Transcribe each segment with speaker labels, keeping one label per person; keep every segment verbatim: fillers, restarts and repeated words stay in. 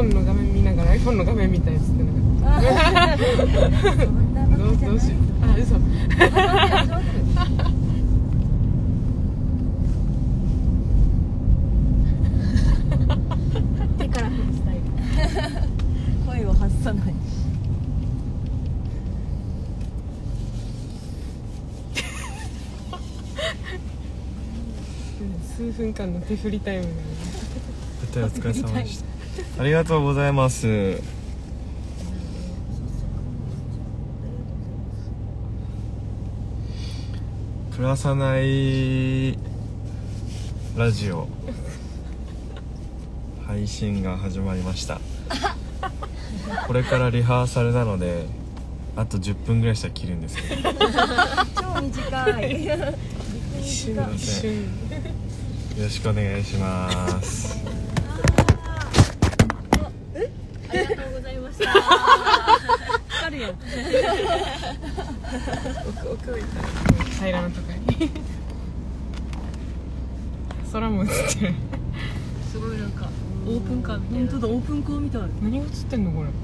Speaker 1: iPhone の画面見ながら iPhone の画面見たやつってなんかどうどうしよう。あ、嘘。
Speaker 2: 手から振るスタイル。声を発さない。
Speaker 1: 数分間の手振りタイムが
Speaker 3: 絶対お疲れ様でした。ありがとうございます。暮らさないラジオ配信が始まりました。これからリハーサルなのであとじゅっぷんぐらいしたら切るんですけど
Speaker 2: 超短い。
Speaker 1: 一瞬一瞬
Speaker 3: よろしくお願いします。
Speaker 2: ありがとうございました。光るやん。
Speaker 1: 奥奥行ったら平らなとこに空も映ってる。
Speaker 2: すごいなんかオープンカーみたいな。本当だ、オープンカーみたい。
Speaker 1: 何が映ってんのこれ。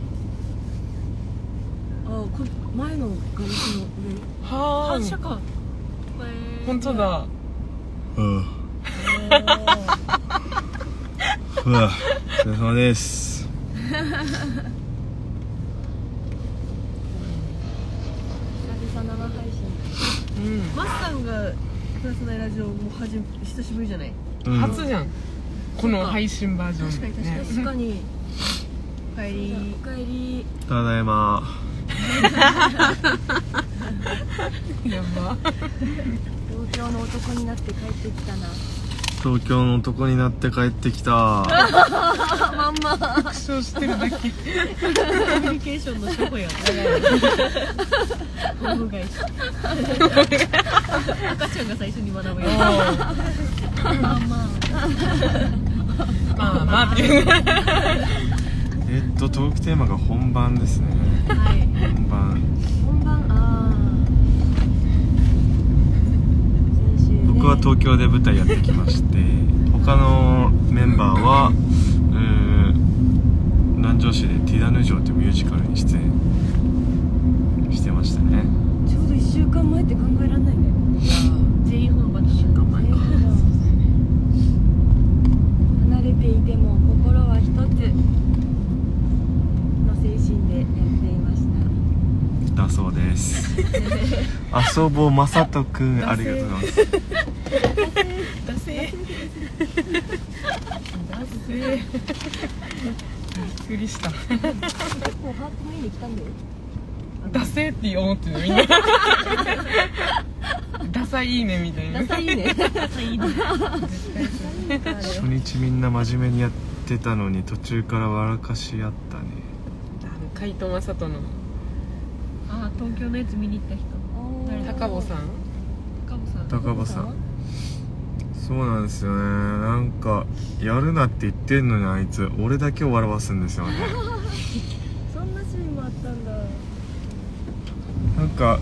Speaker 2: あ、これ前のガラスの上。
Speaker 1: はあ。
Speaker 2: 反射か。
Speaker 1: 本当だ。
Speaker 3: うん。うわ、お疲れ様です。
Speaker 2: 久々生配信。うん。マスさんが暮らさないラジオもはじめ久しぶりじゃない？
Speaker 3: うん、
Speaker 1: 初じゃん。この配信バージョン。
Speaker 2: 確かに確かに。確かに。おかえり。おかえり。
Speaker 3: ただいま。
Speaker 1: やば。
Speaker 2: 東京の男になって帰ってきたな。
Speaker 3: 東京の男になって帰ってきた。
Speaker 2: まんま
Speaker 1: 復唱してるだけ。コミ
Speaker 2: ュニケーションの初歩や。オウム返し。赤ちゃんが最初に学ぶよ。まあまあ
Speaker 1: まあまあっていう。
Speaker 3: えっとトークテーマが本番ですね。
Speaker 2: はい。
Speaker 3: 本番。
Speaker 2: 本番。ああ。
Speaker 3: 僕は東京で舞台やってきまして他のメンバーは南城市でティダヌ城というミュージカルに出演してましたね。
Speaker 2: ちょうどいっしゅうかんまえって考えられないね。全員本番いっしゅうかんまえか。離れていても心は一つの精神でやっていました
Speaker 3: だそうです。遊ぼうまさとくん、ありがとうございます。
Speaker 1: だせーだせーびっくりした。
Speaker 2: もうハートの家に来たんだよ。
Speaker 1: ダセーって思ってるみんな。ダサいいねみたいな。
Speaker 2: ダサいいね。ダサいいね。
Speaker 3: 初日みんな真面目にやってたのに途中から笑かし合ったね。
Speaker 1: 海藤正人の
Speaker 2: あ、東京のやつ見に行った人。
Speaker 1: 高保さん。
Speaker 2: 高保さん。
Speaker 3: 高保さん。そうなんですよね。なんかやるなって言ってんのにあいつ俺だけを笑わすんですよね。
Speaker 2: そんなシーンもあったんだ。
Speaker 3: なんか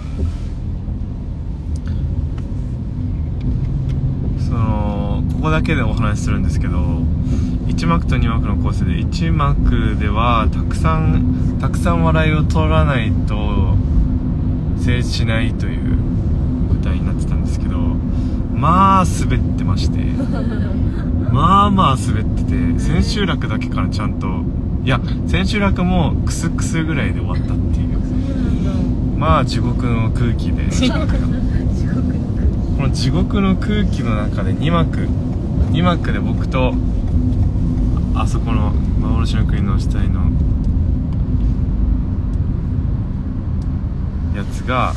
Speaker 3: そのここだけでお話しするんですけど、いち幕とに幕の構成でいち幕ではたくさんたくさん笑いを取らないと成立しないという舞台になってたんですけど、まあ滑ってましてまあまあ滑ってて、千秋楽だけからちゃんと、いや千秋楽もクスクスぐらいで終わったっていう、まあ地獄の空気でこの地獄の空気の中でに幕に幕で僕とあそこの幻の国の死体のやつが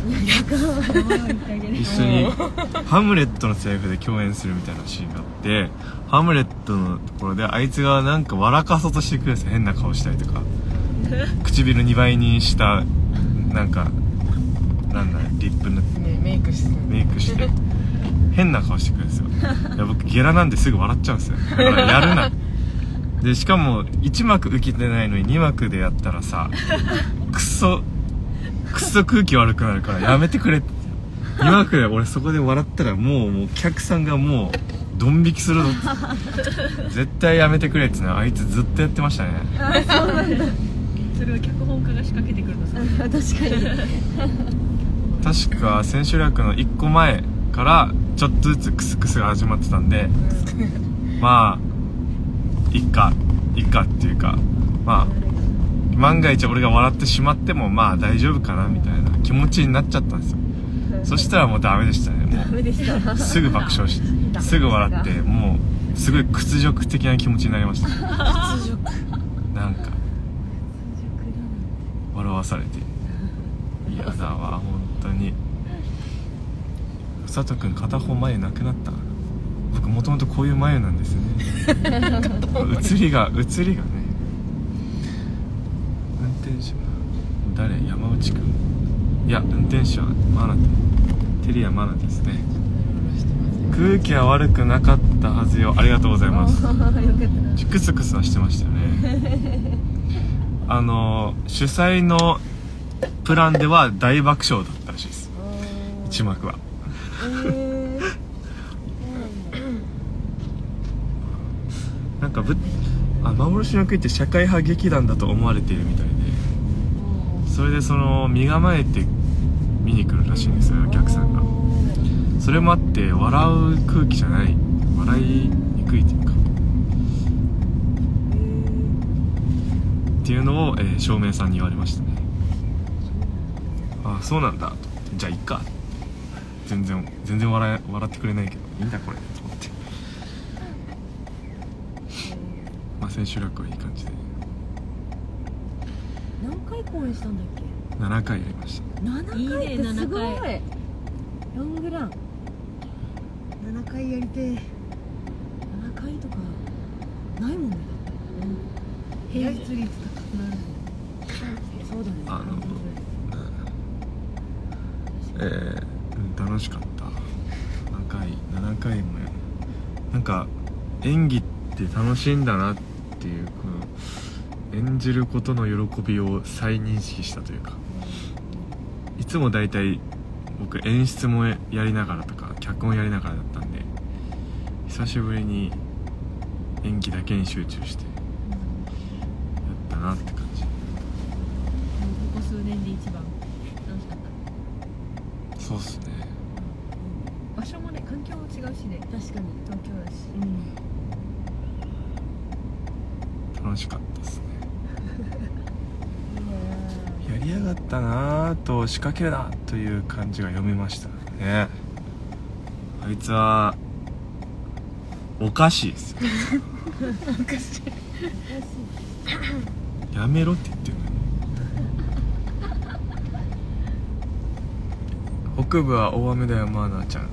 Speaker 3: 一緒にハムレットのセリフで共演するみたいなシーンがあって、ハムレットのところであいつがなんか笑かそうとしてくるんですよ。変な顔したりとか唇にばいにしたなんかなんだリップ塗って、
Speaker 1: ね、メイクして
Speaker 3: メイクして変な顔してくるんですよ。いや僕ゲラなんですぐ笑っちゃうんですよ。だからやるなで、しかもいち幕受けてないのにに幕でやったらさクソクソ空気悪くなるからやめてくれって。に幕で俺そこで笑ったらもうもうお客さんがもうドン引きするぞっ絶対やめてくれっつうのあいつずっとやってましたね。
Speaker 2: そうなんだ。それは脚本家が仕掛けてくるのさ。確かに。
Speaker 3: 確か千秋楽のいっこまえからちょっとずつクスクスが始まってたんで、まあいっかいっかっていうか、まあ万が一俺が笑ってしまってもまあ大丈夫かなみたいな気持ちになっちゃったんですよ。そしたらもうダメでしたね。も
Speaker 2: ダメでした。
Speaker 3: うすぐ爆笑してすぐ笑って、もうすごい屈辱的な気持ちになりました。屈辱なんか笑わされて嫌だわ本当に。佐藤君片方眉なくなった。僕もともとこういう眉なんですね。写りが写りがね。運転手は誰？山内君。いや運転手はマナテテリアマナですね。空気は悪くなかったはずよ。ありがとうございます。クスクスはしてましたよね。あの主催のプランでは大爆笑だったらしいです。一幕は。なんかぶあ幻の国って社会派劇団だと思われているみたいで、それでその身構えて見に来るらしいんですよお客さんが。それもあって笑う空気じゃない、笑いにくいというかっていうのを、えー、照明さんに言われましたね。ああそうなんだと思って、じゃあいっか、全然全然笑い笑ってくれないけどいいんだこれと思って、まあ千秋楽はいい感じで。
Speaker 2: 何回公演したんだっけ？
Speaker 3: ななかいやりました。
Speaker 2: ななかいってすごい。ロングランななかいやりてえ。ななかいとかないもんね。平日率高くなる。そうだね。
Speaker 3: あのえー、楽しかった。ななかいななかいもやなんか演技って楽しいんだなっていう、この演じることの喜びを再認識したというか、いつもだいたい僕演出もやりながらとか脚本やりながらだったんで、久しぶりに演技だけに集中してやったなって感じ。
Speaker 2: ここ数年で一番楽しかった。
Speaker 3: そうっすね。
Speaker 2: 場所もね、環境も違うしね。確かに東京だし、
Speaker 3: うん、楽しかったっすね。やりやがったなぁと、仕掛けるなという感じが読めましたね。あいつはおかしいですよ。
Speaker 2: おかしい
Speaker 3: やめろって言ってるのに。北部は大雨だよマーナーちゃん。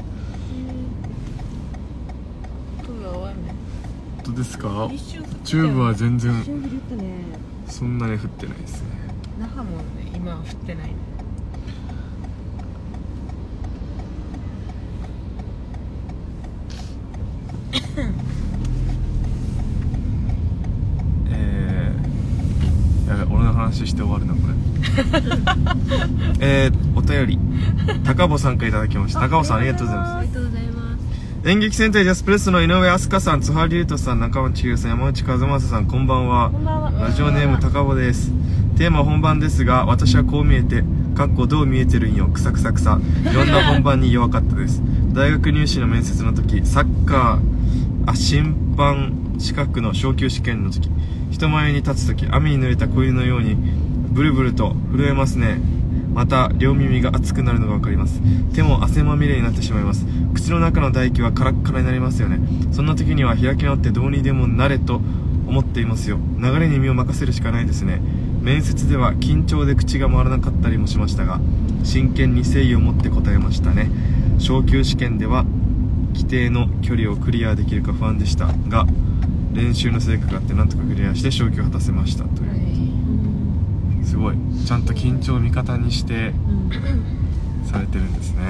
Speaker 2: 北部は大雨。
Speaker 3: 本当ですか？
Speaker 2: 一瞬降ったよ。
Speaker 3: 中部は全然
Speaker 2: 一瞬降ったね。
Speaker 3: そんなに降ってないですね。
Speaker 1: 那覇もね今は降ってないね。
Speaker 3: えー、やべ俺の話して終わるなこれ。えー、お便り高坊さんからいただきました。高坊さんありがとうございます。
Speaker 2: ありがとうございます。
Speaker 3: 演劇戦隊ジャスプレスの井上飛鳥さん、津波龍斗さん、中町優さん、山内和正さん、こんばんは。
Speaker 2: こんばんは。
Speaker 3: ラジオネーム高坊です。テーマ本番ですが、私はこう見えてかっこどう見えてるんよくさくさくさ、いろんな本番に弱かったです。大学入試の面接の時、サッカーあ審判資格の昇級試験の時、人前に立つ時、雨に濡れた小犬のようにブルブルと震えますね。また両耳が熱くなるのが分かります。手も汗まみれになってしまいます。口の中の唾液はカラッカラになりますよね。そんな時には開き直ってどうにでもなれと思っていますよ。流れに身を任せるしかないですね。面接では緊張で口が回らなかったりもしましたが、真剣に誠意を持って答えましたね。昇級試験では規定の距離をクリアできるか不安でしたが、練習の成果があってなんとかクリアして昇級を果たせましたという。すごいちゃんと緊張を味方にしてされてるんですね。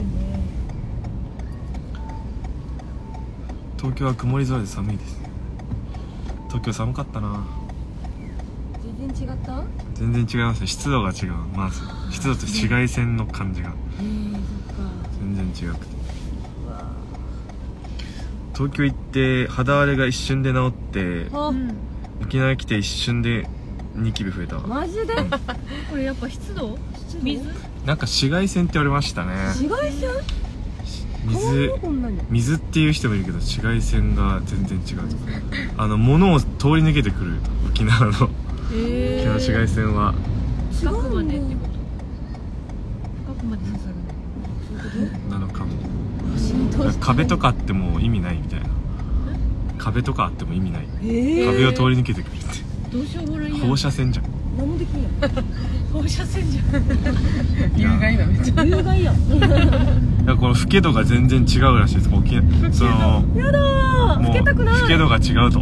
Speaker 3: 東京は曇り空で寒いです。東京寒かったな。
Speaker 2: 全然違った？
Speaker 3: 全然違いますね。湿度が違う。まず湿度と紫外線の感じが
Speaker 2: えー、そっか。
Speaker 3: 全然違くて、 東京行って肌荒れが一瞬で治って
Speaker 2: あ、
Speaker 3: 沖縄来て一瞬でニキビ増えたわ。
Speaker 2: マジで
Speaker 4: これやっぱ湿度水
Speaker 3: なんか紫外線って言われましたね。
Speaker 2: 紫外線
Speaker 3: 水
Speaker 2: こんなに
Speaker 3: 水っていう人もいるけど紫外線が全然違うとかあの物を通り抜けてくる沖縄の沖
Speaker 4: へ
Speaker 3: 縄の紫外線は
Speaker 4: 近くまでってこと深くまで刺さる
Speaker 3: なのかも。
Speaker 2: 浸透して
Speaker 3: 壁とかあっても意味ないみたいな。壁とかあっても意味ない、
Speaker 2: えー、
Speaker 3: 壁を通り抜けてくるって
Speaker 4: どうしようもないやん
Speaker 3: 放射線じゃん。
Speaker 2: 何もできんや
Speaker 4: 放射線じゃん
Speaker 1: 有害なめっちゃ
Speaker 2: 有害やん
Speaker 3: いやこの老け度が全然違うらしいです。沖縄その
Speaker 2: やだー
Speaker 3: もう
Speaker 2: 老けたくない
Speaker 3: 老け度が違うと。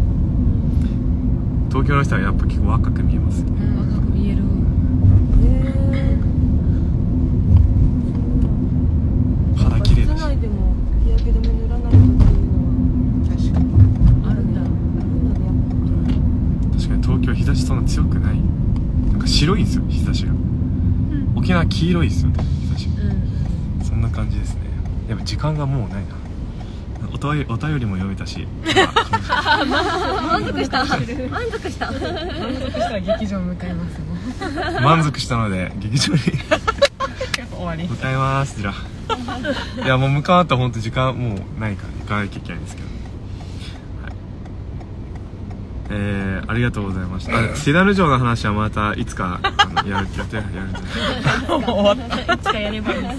Speaker 3: 東京の人はやっぱ結構若く見えます。
Speaker 4: 若く見える
Speaker 2: えー、
Speaker 3: 肌綺麗だし
Speaker 2: 室内でも日焼け止め塗らないとっていうのは
Speaker 1: 確かに
Speaker 4: あるんだ
Speaker 2: あるんだねやっぱ
Speaker 3: 確かに東京日差しそんな強くない。なんか白いんですよ日差しが。沖縄黄色いですよね日差し。
Speaker 4: うん
Speaker 3: そんな感じですね。やっぱ時間がもうないな。お便りお便りも読めたし
Speaker 2: 満足した満足した
Speaker 1: 満足したら劇場向かいますもん
Speaker 3: 満足したので劇場に
Speaker 1: 終わり
Speaker 3: 向かいますじゃあいやもう向かうと本当時間もうないから行かなきゃいけないんですけど、はい、えー、ありがとうございました。あセダル城の話はまたいつかあのやるやってやるんで
Speaker 1: もう終わった
Speaker 4: いつかやればいいさ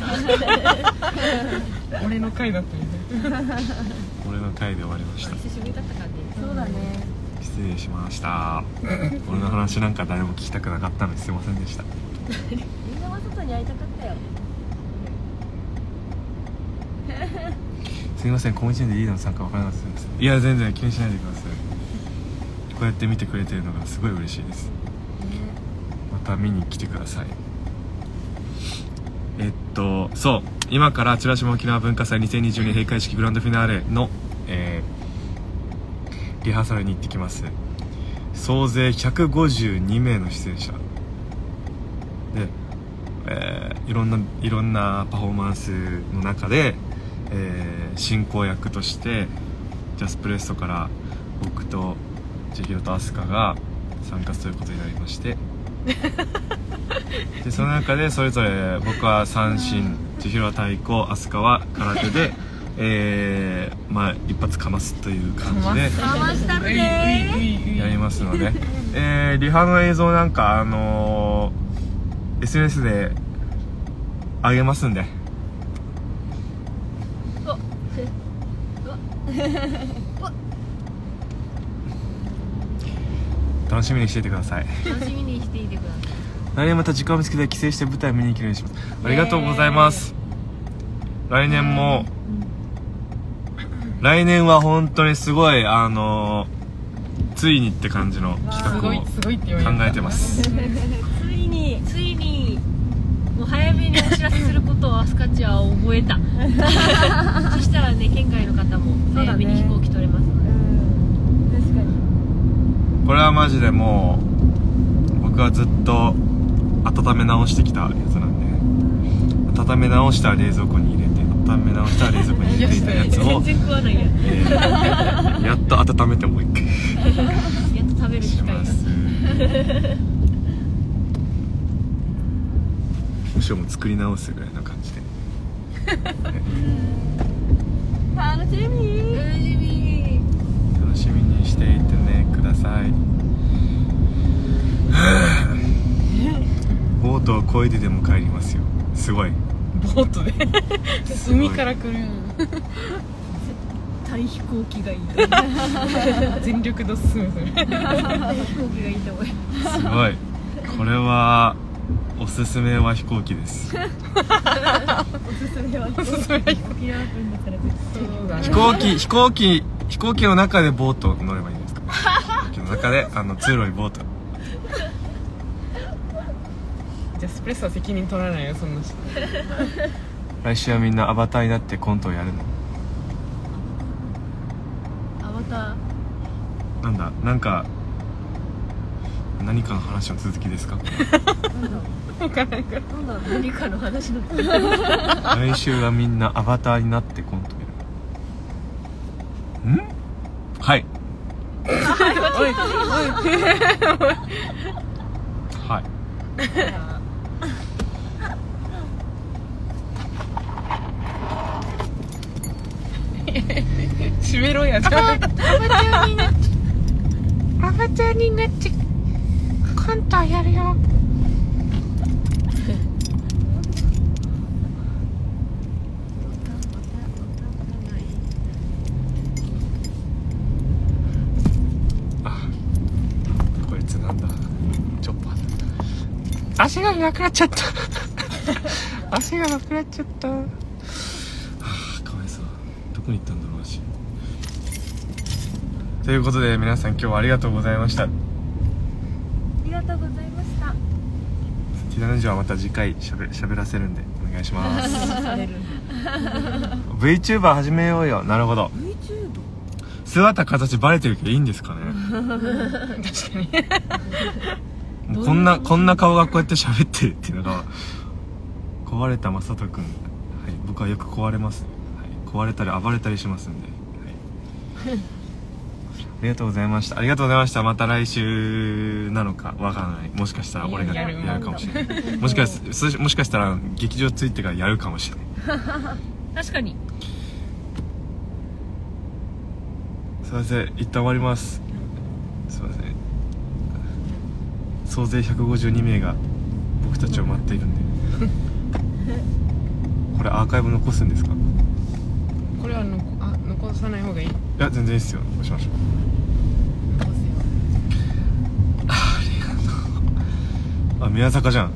Speaker 1: 俺の回だったみたい
Speaker 3: 俺の回で終わりました。
Speaker 4: 久しぶりだったからね
Speaker 2: そうだね
Speaker 3: 失礼しました俺の話なんか誰も聞きたくなかったのですいませんでした。
Speaker 2: みんなわざとに会いたかったよ
Speaker 3: すいませんコミュニティでリーダーの参加わからなかったです。いや全然気にしないでください。こうやって見てくれてるのがすごい嬉しいです。また見に来てください。えっとそう今から美ら島沖縄文化祭にせんにじゅうに閉会式グランドフィナーレの、えー、リハーサルに行ってきます。総勢ひゃくごじゅうにめいの出演者で、えー、いろんないろんなパフォーマンスの中で、えー、進行役としてジャスプレッソから僕と千尋と飛鳥が参加することになりましてでその中でそれぞれ僕は三振、千尋は太鼓、飛鳥は空手で、えー、まあ一発かますという感じで
Speaker 2: かましたるね
Speaker 3: やりますので、えー、リハの映像なんかあのー、エスエヌエス で上げますんで楽しみにしていてください。
Speaker 4: 楽しみにしていてください。
Speaker 3: 来年また時間を見つけて帰省して舞台見に行けるようにします。ありがとうございます。来年も来年は本当にすごいあのー、ついにって感じの企画を考えてます。
Speaker 2: ついに
Speaker 4: ついにもう早めにお知らせすることをアスカチは覚えたそしたらね県外の方も早めに飛行機取れますので、
Speaker 2: うん確かに
Speaker 3: これはマジでもう僕はずっと温め直してきたやつなんで、温め直したら冷蔵庫に入れて温め直したら冷蔵庫に入れていたやつを
Speaker 4: 全然食わないやん、
Speaker 3: えー、やっと温めてもう一回
Speaker 4: やっと食べる機
Speaker 3: し
Speaker 4: 会が
Speaker 3: ますむしろもう作り直すぐらいな感じで
Speaker 2: 楽しみ
Speaker 4: 楽しみ
Speaker 3: 楽しみにしていてねくださいボートを漕いででも帰りますよ。すごい
Speaker 1: ボートで海から来る
Speaker 4: 絶対飛行機がいい
Speaker 1: 全力で進むそれ
Speaker 4: 飛行機がいいと思います
Speaker 3: すごいこれはおすすめは飛行機です
Speaker 2: おすすめは
Speaker 1: おすすめは飛行
Speaker 4: 沖縄君だったら
Speaker 1: そうだね
Speaker 3: 飛行機飛行機飛行機の中でボート乗ればいいんですか飛行機の中であの通路にボート
Speaker 1: じゃあスプレッソは責任取らないよそんな人
Speaker 3: 来週はみんなアバターになってコントをやるの
Speaker 4: アバター
Speaker 3: なんだなんか何かの話の続きですか
Speaker 1: 分からんから
Speaker 2: なんだろう
Speaker 4: 何かの話の
Speaker 3: 来週はみんなアバターになってコントをやるはい
Speaker 1: おいおい
Speaker 3: はい
Speaker 1: 閉めろやじゃん。
Speaker 5: 赤ちゃんになっちゃ赤ちゃんになっちゃコントやるよ。
Speaker 3: こいつなんだチョッパーだ。
Speaker 5: 足がなくなっちゃった足がなくなっちゃった。
Speaker 3: はあ、かわいそうどこに行ったんだろう足。ということで皆さん今日はありがとうございました。
Speaker 2: ありがとうございました。
Speaker 3: ティラノジはまた次回しゃべ、しゃべらせるんでお願いします。VTuber 始めようよ。なるほど。
Speaker 2: YouTube？
Speaker 3: 姿形バレてるけどいいんですかね。
Speaker 1: 確かに。
Speaker 3: もうこんなこんな顔がこうやって喋ってるっていうのが壊れたまさとくん、はい、僕はよく壊れます、はい、壊れたり暴れたりしますんで、はい、ありがとうございました。ありがとうございました。また来週なのかわからない。もしかしたら俺がやるかもしれないもしかしもしかしたら劇場ついてからやるかもしれない
Speaker 4: 確かに。
Speaker 3: すいません、一旦終わります。すいません、総勢ひゃくごじゅうにめいが僕たちを待っているんでこれアーカイブ残すんですか？
Speaker 1: これはのあ残さない方がいい。
Speaker 3: いや全然いいっすよ、残しましょう。
Speaker 1: 残すよ。
Speaker 3: ありがとう。あ、宮坂じゃん。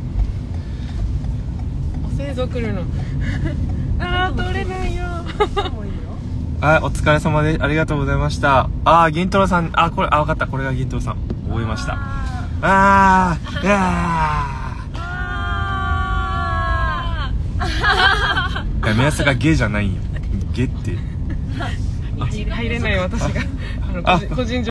Speaker 1: お製造来るのあー取れないよ
Speaker 3: はい、お疲れ様でありがとうございました。あー、銀太郎さん、あ、これ、あ、分かった、これが銀太郎さん。覚えました。あー、いやー。いや、宮坂ゲーじゃないんよ。ゲって。
Speaker 1: 入れない私があの個人個人情